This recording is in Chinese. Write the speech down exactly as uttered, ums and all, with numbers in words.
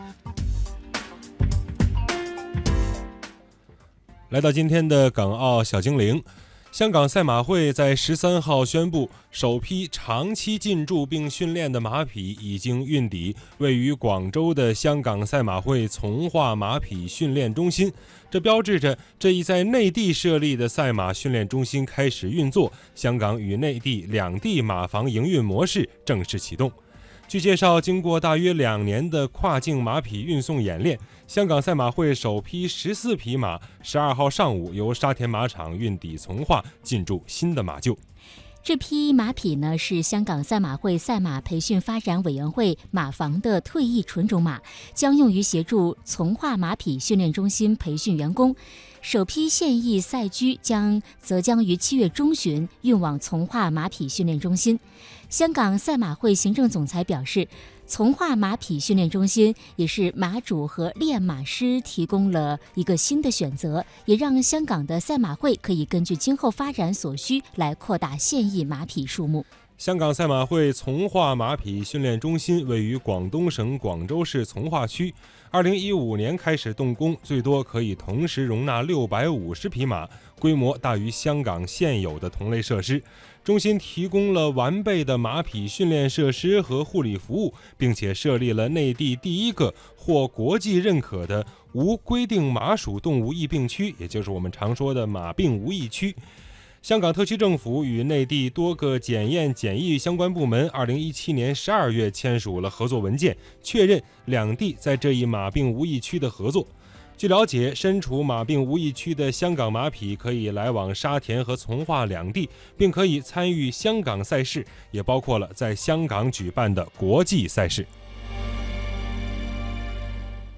来到今天的港澳小精灵，香港赛马会在十三号宣布，首批长期进驻并训练的马匹已经运抵位于广州的香港赛马会从化马匹训练中心。这标志着这一在内地设立的赛马训练中心开始运作，香港与内地两地马房营运模式正式启动。据介绍，经过大约两年的跨境马匹运送演练，香港赛马会首批十四匹马十二号上午由沙田马场运抵从化，进驻新的马厩。 这批马匹呢是香港赛马会赛马培训发展委员会马房的退役纯种马，将用于协助从化马匹训练中心培训员工。首批现役赛驹将则将于七月中旬运往从化马匹训练中心。香港赛马会行政总裁表示，从化马匹训练中心也是马主和练马师提供了一个新的选择，也让香港的赛马会可以根据今后发展所需来扩大现役马匹数目。 香港赛马会从化马匹训练中心位于广东省广州市从化区，二零一五年开始动工，最多可以同时容纳六百五十匹马，规模大于香港现有的同类设施。中心提供了完备的马匹训练设施和护理服务，并且设立了内地第一个获国际认可的无规定马属动物疫病区，也就是我们常说的马病无疫区。香港特区政府与内地多个检验检疫相关部门二零一七年十二月签署了合作文件，确认两地在这一马病无疫区的合作。据了解，身处马病无疫区的香港马匹可以来往沙田和从化两地，并可以参与香港赛事，也包括了在香港举办的国际赛事。